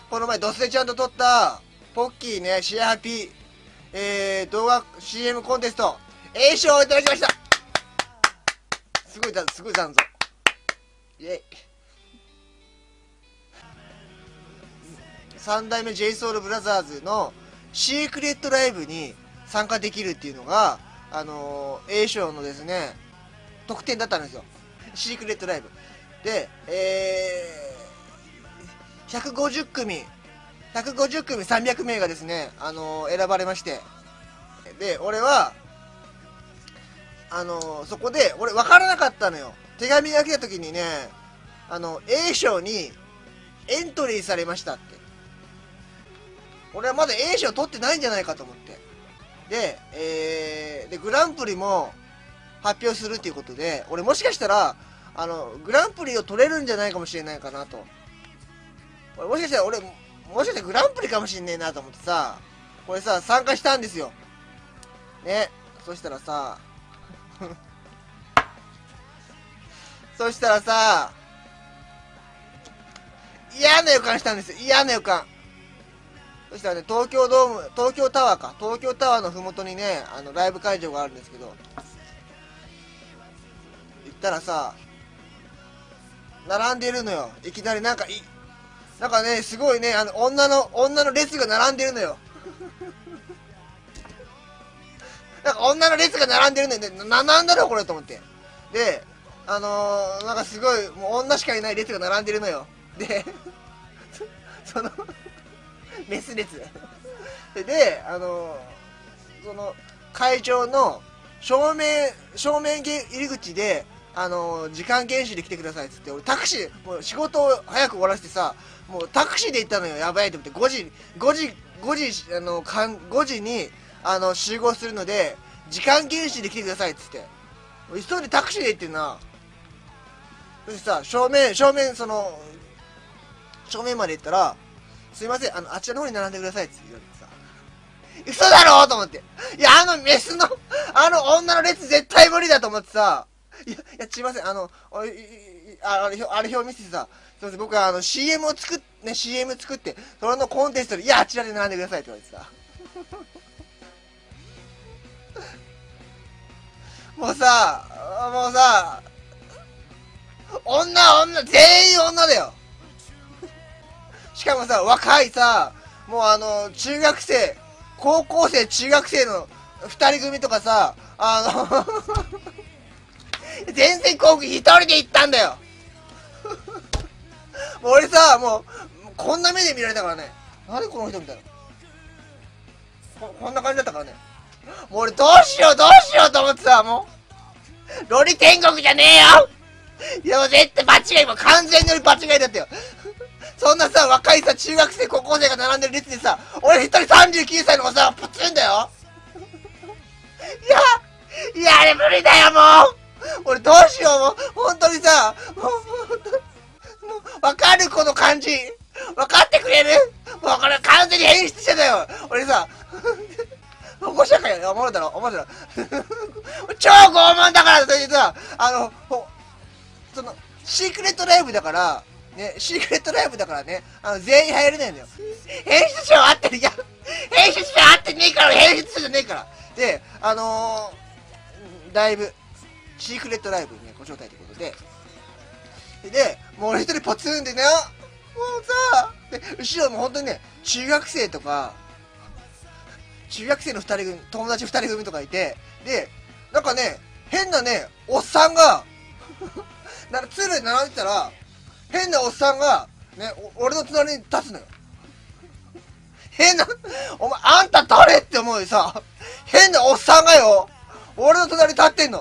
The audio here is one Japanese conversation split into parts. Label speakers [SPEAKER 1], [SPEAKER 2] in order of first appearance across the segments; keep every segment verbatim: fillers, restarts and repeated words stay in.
[SPEAKER 1] この前ドスでちゃんと撮ったポッキーねシェアハピー、えー、動画 シーエム コンテスト A 賞をいただきました。すごいだすごい残像イエイ。三代目 j ソ o ルブラザーズのシークレットライブに参加できるっていうのがあのー、A 賞のですね特典だったんですよ。シークレットライブで、えー、ひゃくごじゅっくみひゃくごじゅっくみさんびゃくめいがですね、あのー、選ばれまして、で俺はあのー、そこで俺分からなかったのよ。手紙が来た時にね、あの A 賞にエントリーされましたって。俺はまだ A 賞取ってないんじゃないかと思って、で、えー、でグランプリも発表するっていうことで、俺もしかしたらあのグランプリを取れるんじゃないかもしれないかなと。俺もしかしたら俺もしかしたらグランプリかもしれねえなと思ってさ、これさ参加したんですよね。そしたらさそしたらさ嫌な予感したんですよ。嫌な予感。そしたらね、東京ドーム東京タワーか東京タワーのふもとにね、あのライブ会場があるんですけど、行ったらさ並んでるのよ。いきなりなんかいなんかね、すごいね、あの女の女の列が並んでるのよなんか女の列が並んでるのよ、ね、な、なんだろうこれと思って。で、あのー、なんかすごいもう女しかいない列が並んでるのよ。でそのメス列で、あのー、その会場の正面正面入り口で、あのー、時間厳守で来てくださいっつって、俺タクシーもう仕事を早く終わらせてさ、もうタクシーで行ったのよ。やばいと思って、ごじごじごじあのかんごじにあの集合するので時間厳守で来てくださいっつって、急いでタクシーで行ってんな。そしてさ、正面正面その正面まで行ったら、すいません、あのあちらの方に並んでくださいって言われてさ、嘘だろと思って、いやあのメスのあの女の列絶対無理だと思ってさ、いやいやすいません、あのああれあれ表見せてさ、すいません、僕はあの シーエム を作っね シーエム 作ってそれのコンテストで、いやあちらで並んでくださいって言われてさもうさもうさ女女全員女だよ。しかもさ若いさ、もうあの中学生高校生中学生のふたり組とかさ、あの全然航空一人で行ったんだよもう俺さ、もうこんな目で見られたからね、何この人みたいな、 こ, こんな感じだったからね。もう俺どうしようどうしようと思ってさ、もうロリ天国じゃねえよいやもう絶対間違い、もう完全に俺間違いだったよそんなさ若いさ中学生高校生が並んでる列でさ、俺一人さんじゅうきゅうさいの子さプツンだよいやいやあれ無理だよ、もう俺どうしよう、もう本当にさ、もう本当にもう分かるこの感じ、分かってくれる、もうこれ完全に演出者だよ俺さ面白いかよ、思うだろ面白い超拷問だから、それでさ、あのそのシークレットライブだからね、シークレットライブだからね、あの全員入れないんだよ。編集者は合ってる、いや編集者合ってねえから、編集者じゃねえから。で、あのー、ライブシークレットライブに、ね、ご招待ということで、でもう俺一人ポツンでね、もうさ、で後ろも本当にね中学生とか中学生のふたり組、友達ふたり組とかいて、でなんかね変なねおっさんがなんか通路で並んでたら、変なおっさんがね俺の隣に立つのよ。変なお前あんた誰って思うよさ、変なおっさんがよ俺の隣に立ってんの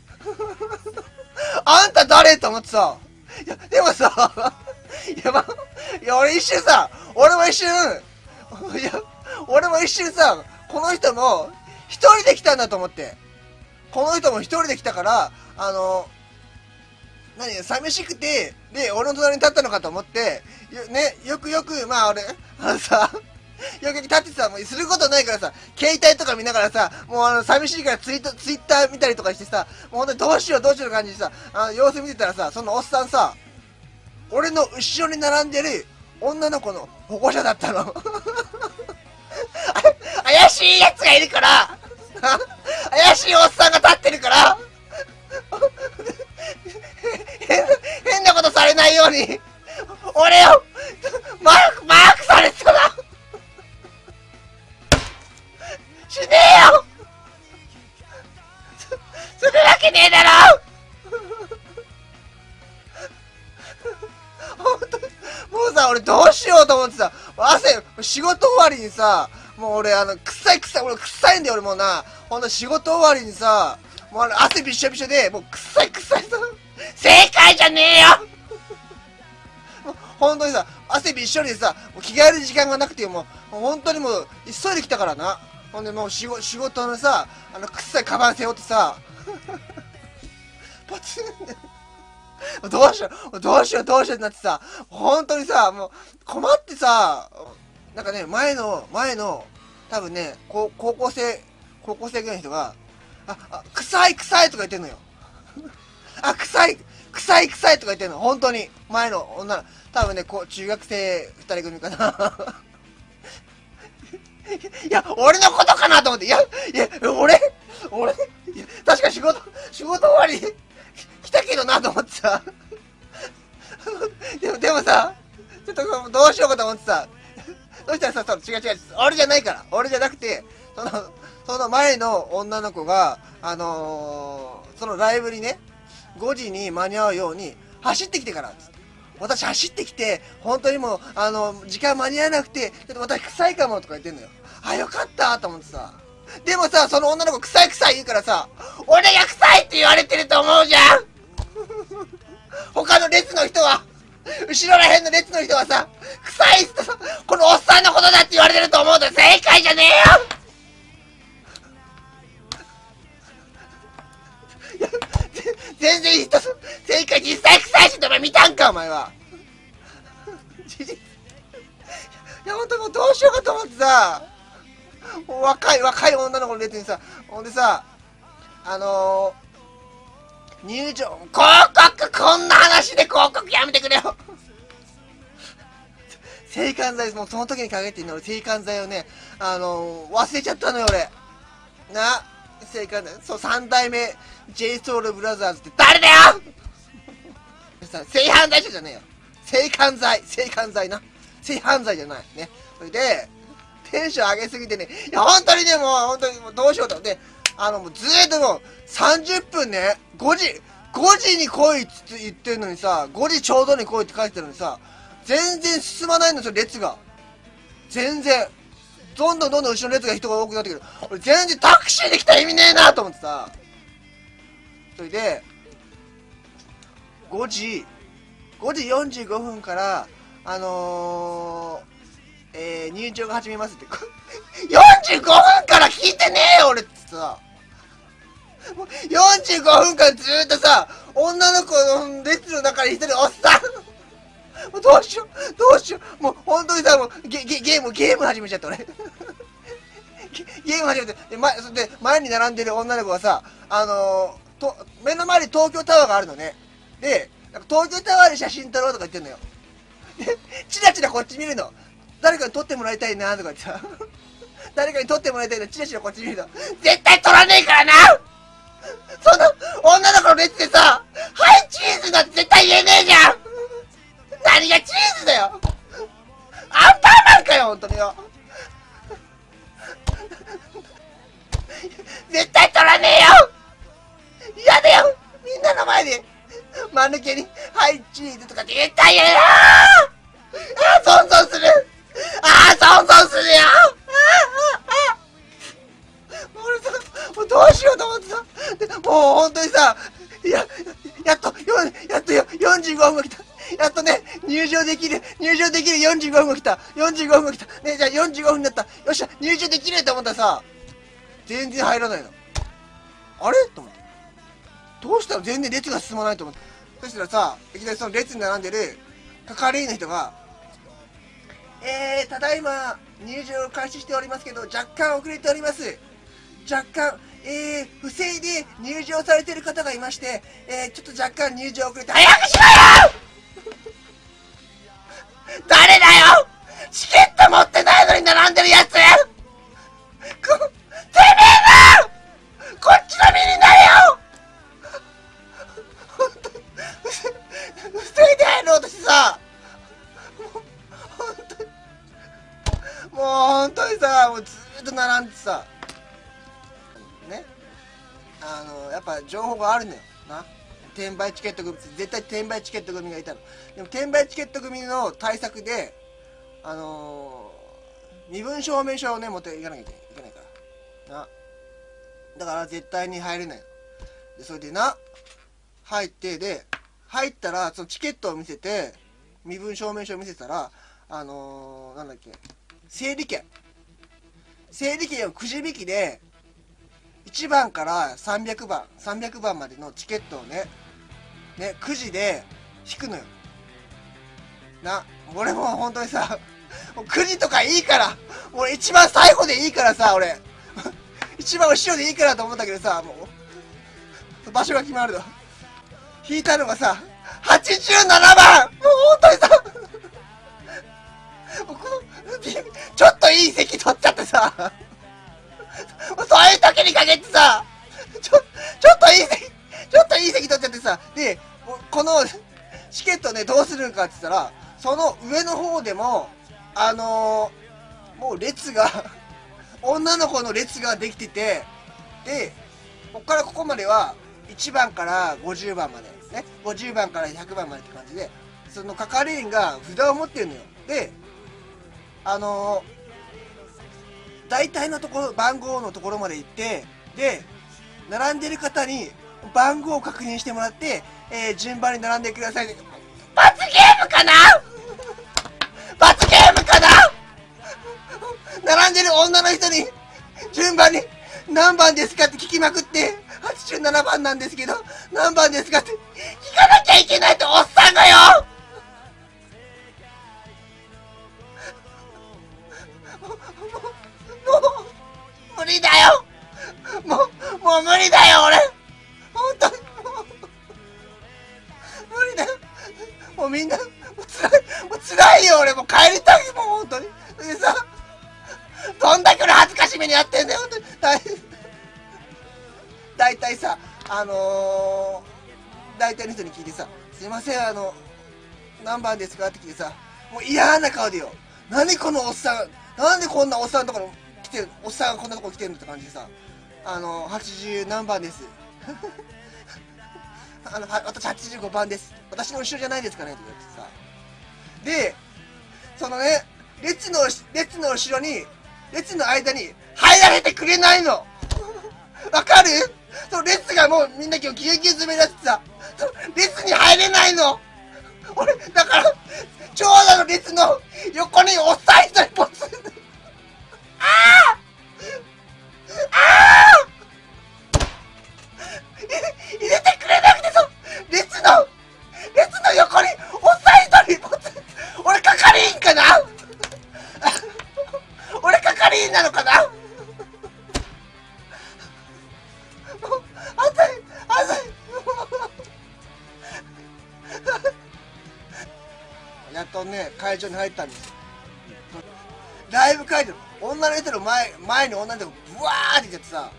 [SPEAKER 1] あんた誰と思ってさ、いやでもさいや、ま、いや俺一瞬さ俺も一瞬いや俺も一瞬さ、この人も一人で来たんだと思って、この人も一人で来たから、あの何寂しくてで俺の隣に立ったのかと思って、よねよくよくまあ俺あのさよくよく立ってさ、もうすることないからさ携帯とか見ながらさ、もうあの寂しいからツイートツイッター見たりとかしてさ、もうほんとにどうしようどうしようの感じでさ、あの様子見てたらさ、そのおっさんさ俺の後ろに並んでる女の子の保護者だったの。怪しいやつがいるから、怪しいおっさんが立ってるから、変な、変なことされないように、俺を、マーク、マークされてたな。死ねえよ。するわけねえだろ。本当にもうさ、俺どうしようと思ってさ、汗、仕事終わりにさ、もう俺あの、臭い臭い、俺臭いんだよ俺もうな、ほんと仕事終わりにさ、もうあの汗びっしょびしょで、もう臭い臭いさ、正解じゃねえよ。もう本当にさ、汗びっしょりでさ、もう着替える時間がなくてもう、もう本当にもう、急いで来たからな。ほんでもう仕事、仕事のさ、あの臭いカバン背負ってさ、ポツンどうしよう、どうしよう、どうしようってなってさ、本当にさ、もう困ってさ、なんかね、前の、前の、多分ね、高高校生、高校生ぐらいの人が、あ、あ、臭い臭いとか言ってんのよ。あ、臭い、臭い臭いとか言ってんの、本当に。前の女、多分ね、こう、中学生二人組かな。いや、俺のことかなと思って、いや、いや、俺、俺、いや、確か仕事、仕事終わり、来たけどなと思ってさ。でも、でもさ、ちょっとどうしようかと思ってさ、そしたらさ、その違う違う、俺じゃないから、俺じゃなくて、その、その前の女の子が、あのー、そのライブにね、ごじに間に合うように、走ってきてから、私走ってきて、本当にもう、あの、時間間に合わなくて、ちょっと私臭いかもとか言ってんのよ。あ、よかったと思ってさ。でもさ、その女の子臭い臭い言うからさ、俺が臭いって言われてると思うじゃん。他の列の人は、後ろらへんの列の人はさ、臭いってさ、このおっさんのことだって言われてると思うと正解じゃねえよ。いや、全然いい人、正解実際臭いしってお前見たんかお前は。いや、ほんともうどうしようかと思ってさ、もう若い、若い女の子の列にさ、ほんでさ、あのー、入場、広告、こんな話で広告やめてくれよ。制汗剤、もうその時に限ってんの、俺、制汗剤をね、あのー、忘れちゃったのよ、俺。な、制汗剤、そう、三代目、ジェイソウルブラザーズって誰だよ。さ、性犯罪者じゃねえよ。制汗剤、制汗剤な。性犯罪じゃない。ね。それで、テンション上げすぎてね、いや、本当にね、もう、本当にもうどうしようと。で、あの、もうずーっともう、さんじゅっぷんね、ごじ、ごじに来いって言ってんのにさ、ごじちょうどに来いって書いてたのにさ、全然進まないんですよ、列が。全然。どんどんどんどん後ろの列が人が多くなってくる。俺全然タクシーで来たら意味ねえなと思ってさ。それで、ごじ、ごじよんじゅうごふんから、あのー、えー、入場が始めますって。よんじゅうごふんから聞いてねえよ俺ってさ。よんじゅうごふん間ずーっとさ、女の子の列の中に一人おっさん。もうどうしよう、どうしよう。もう本当にさ、もうゲ、ゲ、ゲーム、ゲーム始めちゃった俺。ゲゲーム始めて、で、前、で、前に並んでる女の子がさ、あのー、と、目の前に東京タワーがあるのね。で、なんか東京タワーで写真撮ろうとか言ってんのよ。で、チラチラこっち見るの。誰かに撮ってもらいたいなとか言ってさ。誰かに撮ってもらいたいな、チラチラこっち見るの。絶対撮らねえからな。その女の子の列でさ、はい、チーズなんて絶対言えねえじゃん。何がチーズだよ。アンパンマンかよ、ほんとによ。絶対取らねえよ。嫌だよ。みんなの前で、間抜けに、はい、チーズとかって絶対言えな。ああ、ゾンゾンする。ああ、ゾンゾンするよ。ああ、ああ。もう俺さ、もうどうしようと思ってさ。でもう本当にさ、いや、やっと、やっとよ、よんじゅうごふんが来た。やっとね、入場できる、入場できるよんじゅうごふんが来た。よんじゅうごふんが来た。ね、じゃあよんじゅうごふんになった。よっしゃ、入場できると思ったらさ、全然入らないの。あれと思って。どうしたら全然列が進まないと思って。そしたらさ、いきなりその列に並んでる係員の人が、えー、ただいま入場開始しておりますけど、若干遅れております。若干、えー、不正で入場されてる方がいまして、えー、ちょっと若干入場遅れて、早くしろよ。誰だよもう本当にさ、もうずーっと並んでさ、ね、あの、やっぱ情報があるのよ。な。転売チケット組、絶対転売チケット組がいたの。でも転売チケット組の対策で、あのー、身分証明書をね、持っていかなきゃいけないから。な。だから絶対に入れないの。で、それでな、入って、で、入ったら、そのチケットを見せて、身分証明書を見せたら、あのー、なんだっけ、整理券。整理券をくじ引きで、いちばんからさんびゃくばん、さんびゃくばんまでのチケットをね、ね、くじで引くのよ。な、俺も本当にさ、もうくじとかいいから、俺一番最後でいいからさ、俺。一番後ろでいいからと思ったけどさ、もう、場所が決まるの。引いたのがさ、はちじゅうななばん、もう本当にさ、もうこの、ちょっといい席取っちゃってさ、そういう時に限ってさ、ちょ、ちょっといい席、ちょっといい席取っちゃってさ、で、このチケットね、どうするかって言ったら、その上の方でも、あのー、もう列が、女の子の列ができてて、で、こっからここまではいちばんからごじゅうばんまでですね。ごじゅうばんからひゃくばんまでって感じで、その係員が札を持ってるのよ。で、あのー、大体のところ、番号のところまで行って、で、並んでる方に番号を確認してもらって、えー、順番に並んでください。罰ゲームかな罰ゲームかな並んでる女の人に、順番に、何番ですかって聞きまくって、はちじゅうななばんなんですけど、何番ですかって聞かなきゃいけないっておっさんがよもう、もう、無理だよもう、もう無理だよ俺本当にもう、無理だよもうみんな、もう辛い、もう辛いよ俺もう帰りたいもう本当に。でさ、どんだけ俺恥ずかしめにやってんだよ本当に。大体さ、あのー、大体の人に聞いてさ、すいません、あの、何番ですかって聞いてさ、もう嫌な顔でよ。何このおっさん、なんでこんなおっさんのところ来てる、おっさんがこんなところ来てるのって感じでさ、あの、はちじゅう何番です。あの、は、私はちじゅうごばんです。私の後ろじゃないですかねって言ってさ。で、そのね、列の、列の後ろに、列の間に入られてくれないのわかる？その列がもうみんな今日ぎゅうぎゅう詰めだってさ、その列に入れないの俺、だから、長蛇の列の横におっさん一人ポツンああああ入れてくれなくて、そ列の、列の横におっさん一人ポツン俺係員かな俺係員なのかなやっとね、会場に入ったんですよ。ライブ会場、女の人の前、前に女の人がブワーって言っちゃってさ、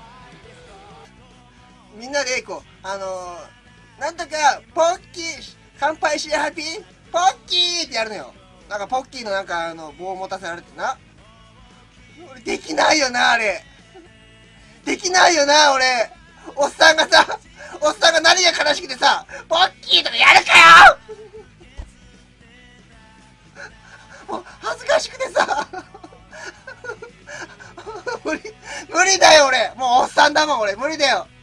[SPEAKER 1] みんなでこう、あのー、なんとか、ポッキー、乾杯しハッピーポッキーってやるのよ。なんかポッキーのなんかあの、棒を持たせられてな。俺できないよな、あれ。できないよな、俺。おっさんがさ、おっさんが何が悲しくてさ、ポッキーとかやるかよもう恥ずかしくてさ無理無理だよ俺もうおっさんだもん俺無理だよ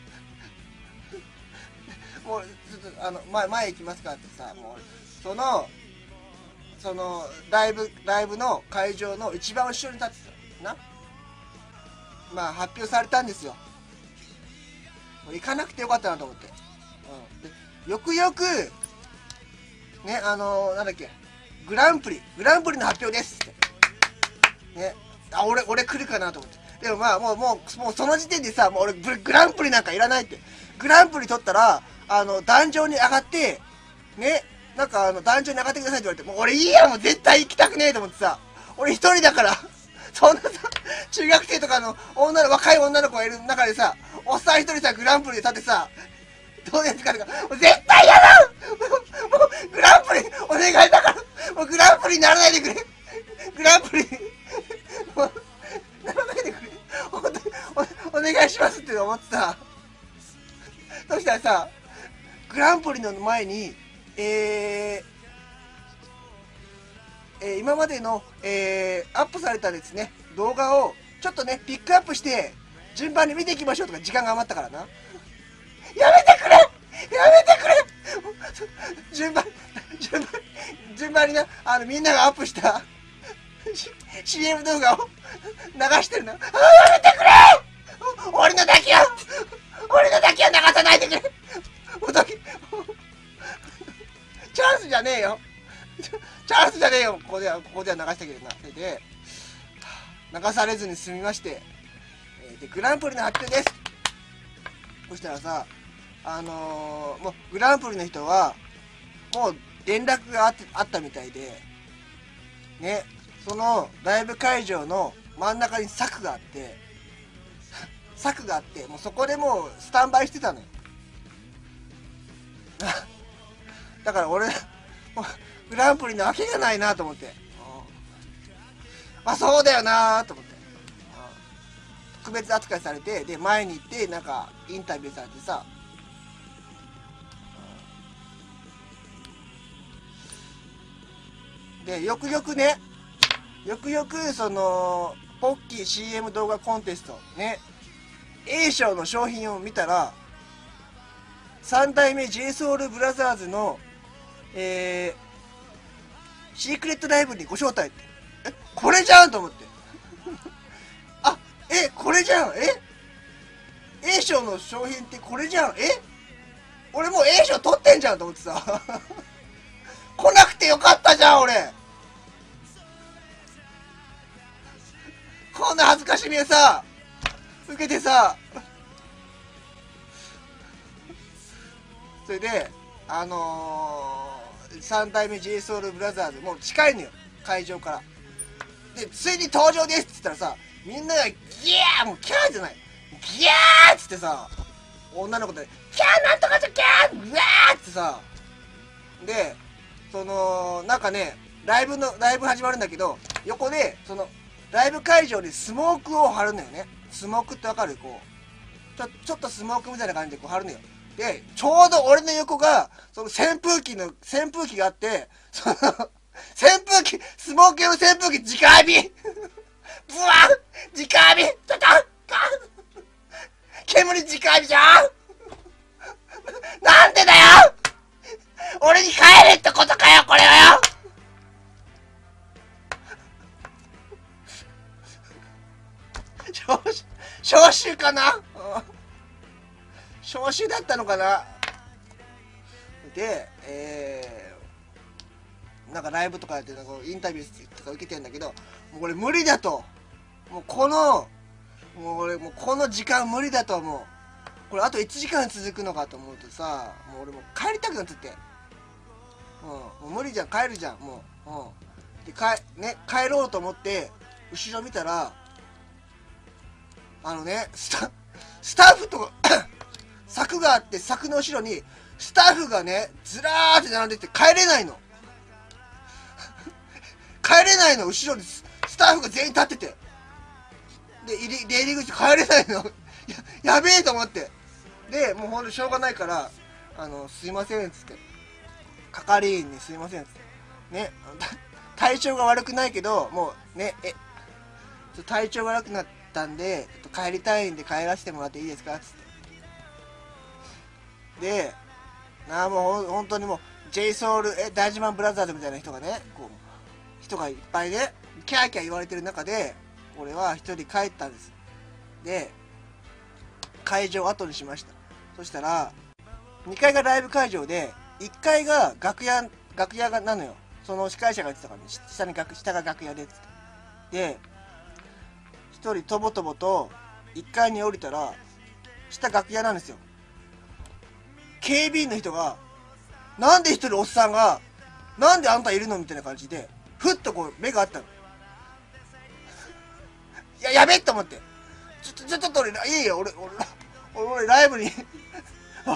[SPEAKER 1] もうちょっとあの前前行きますかってさもうそのそのライブライブの会場の一番後ろに立ってたなまあ発表されたんですよ行かなくてよかったなと思って、うん、でよくよくねあのー、なんだっけグランプリ、グランプリの発表ですって。ね。あ、俺、俺来るかなと思って。でもまあ、もう、もう、もうその時点でさ、もう俺グ、グランプリなんかいらないって。グランプリ取ったら、あの、壇上に上がって、ね、なんかあの、壇上に上がってくださいって言われて、もう俺いいや、もう絶対行きたくねえと思ってさ、俺一人だから、そんなさ、中学生とかの女の、若い女の子がいる中でさ、おっさん一人さ、グランプリで立ってさ、どうですかとか、もう絶対嫌だもう、グランプリ、お願いだから、もうグランプリにならないでくれグランプリならないでくれ。本当にお、お願いしますって思ってた。そしたらさ、グランプリの前に、えー、えー、今までの、えー、アップされたですね、動画をちょっとね、ピックアップして、順番に見ていきましょうとか時間が余ったからな。やめてくれやめてくれ順番、順番、順番にな、あの、みんながアップしたシーエム 動画を流してるな。あー、やめてくれ俺のだけは、俺のだけは流さないでくれおとき、チャンスじゃねえよ。チャンスじゃねえよ。ここでは、ここでは流したけどな。それで、流されずに済みまして、で、グランプリの発表です。そしたらさ、あのー、もう、グランプリの人は、もう、連絡があって、あったみたいで、ね、その、ライブ会場の真ん中に柵があって、柵があって、もうそこでもう、スタンバイしてたのよ。だから俺、もう、グランプリのわけがないなと思って。あ、そうだよなと思って。特別扱いされて、で、前に行って、なんか、インタビューされてさ、で、よくよくね、よくよく、その、ポッキー シーエム 動画コンテスト、ね、A 賞の商品を見たら、三代目 ジェイソウルブラザーズの、えー、シークレットライブにご招待って。え、これじゃんと思って。あ、え、これじゃんえ ?A 賞の商品ってこれじゃんえ俺もう A 賞取ってんじゃんと思ってさ。来なくてよかったじゃん俺。こんな恥ずかしみをさ、受けてさ、それで、あのー、三代目 ジェイソウルブラザーズ、もう近いのよ、会場から。で、ついに登場ですって言ったらさ、みんながギャーもうキャーじゃないギャーっつってさ、女の子で、キャーなんとかじゃキャーうわーってさ、で、その、なんかね、ライブの、ライブ始まるんだけど、横で、その、ライブ会場にスモークを貼るのよね。スモークってわかるこう。ちょ、ちょっとスモークみたいな感じでこう貼るのよ。で、ちょうど俺の横が、その扇風機の、扇風機があって、その、扇風機、スモーク用の扇風機、直浴びブワン直浴びちょっと煙直浴びじゃんなんでだよ俺に帰れってことかよ、これはよ招集かな招集だったのかなで、えー、なんかライブとかやってなんかインタビューとか受けてんだけど、もうこれ無理だと。もうこの、もう俺もうこの時間無理だと思う。これあといちじかん続くのかと思うとさ、もう俺もう帰りたくなってって。うん、もう無理じゃん、帰るじゃん、もう。うん。で、かね、帰ろうと思って、後ろ見たら、あのね、スタ、スタッフとか、柵があって、柵の後ろに、スタッフがね、ずらーって並んでて帰れないの。帰れないの、後ろにスタッフが全員立ってて。で、入り、出入り口帰れないの。や、やべえと思って。で、もうほんとしょうがないから、あの、すいません、つって。係員にすいません、つって。ね、体調が悪くないけど、もうね、え、ちょ体調悪くなったんで、ちょっと帰りたいんで帰らせてもらっていいですかつって。で、なあもうほんとにもう、ジェイソウル、え、大事マンブラザーズみたいな人がね、こう、人がいっぱいね、キャーキャー言われてる中で、俺は一人帰ったんです。で、会場を後にしました。そしたら、にかいがライブ会場で、いっかいが楽屋、楽屋がなのよ。その司会者が言ってたからね、下に楽、下が楽屋でって。で、一人とぼとぼといっかいに降りたら、下楽屋なんですよ。警備員の人が、なんで一人おっさんが、なんであんたいるのみたいな感じで、ふっとこう目があったの。いや、やべえと思って。ちょっと、ちょっと俺、いいよ、俺、俺、俺、ライブに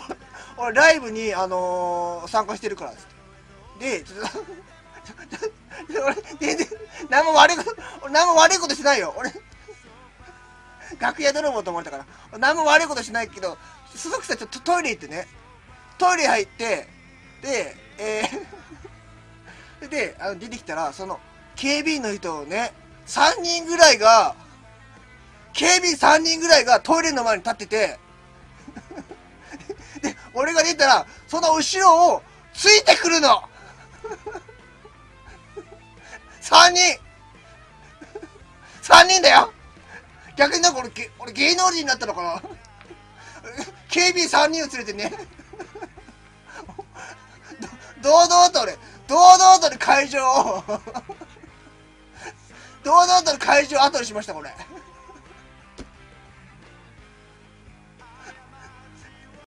[SPEAKER 1] 俺、ライブに、あのー、参加してるから、つって。で、ちょっと、 俺、全然、何も悪いこと、俺何も悪いことしないよ。俺、楽屋泥棒と思われたから。何も悪いことしないけど、すごくさ、ちょっとトイレ行ってね。トイレ入って、で、えー、で、あの出てきたら、その、警備員の人をね、さんにんぐらいが、警備員さんにんぐらいがトイレの前に立ってて、で、俺が出たら、その後ろをついてくるのさんにん !さんにんだよ。逆になんか俺、俺芸能人になったのかな。警備員さんにんを連れてね、堂々と俺、堂々と会場を、堂々と会場を後にしました、これ。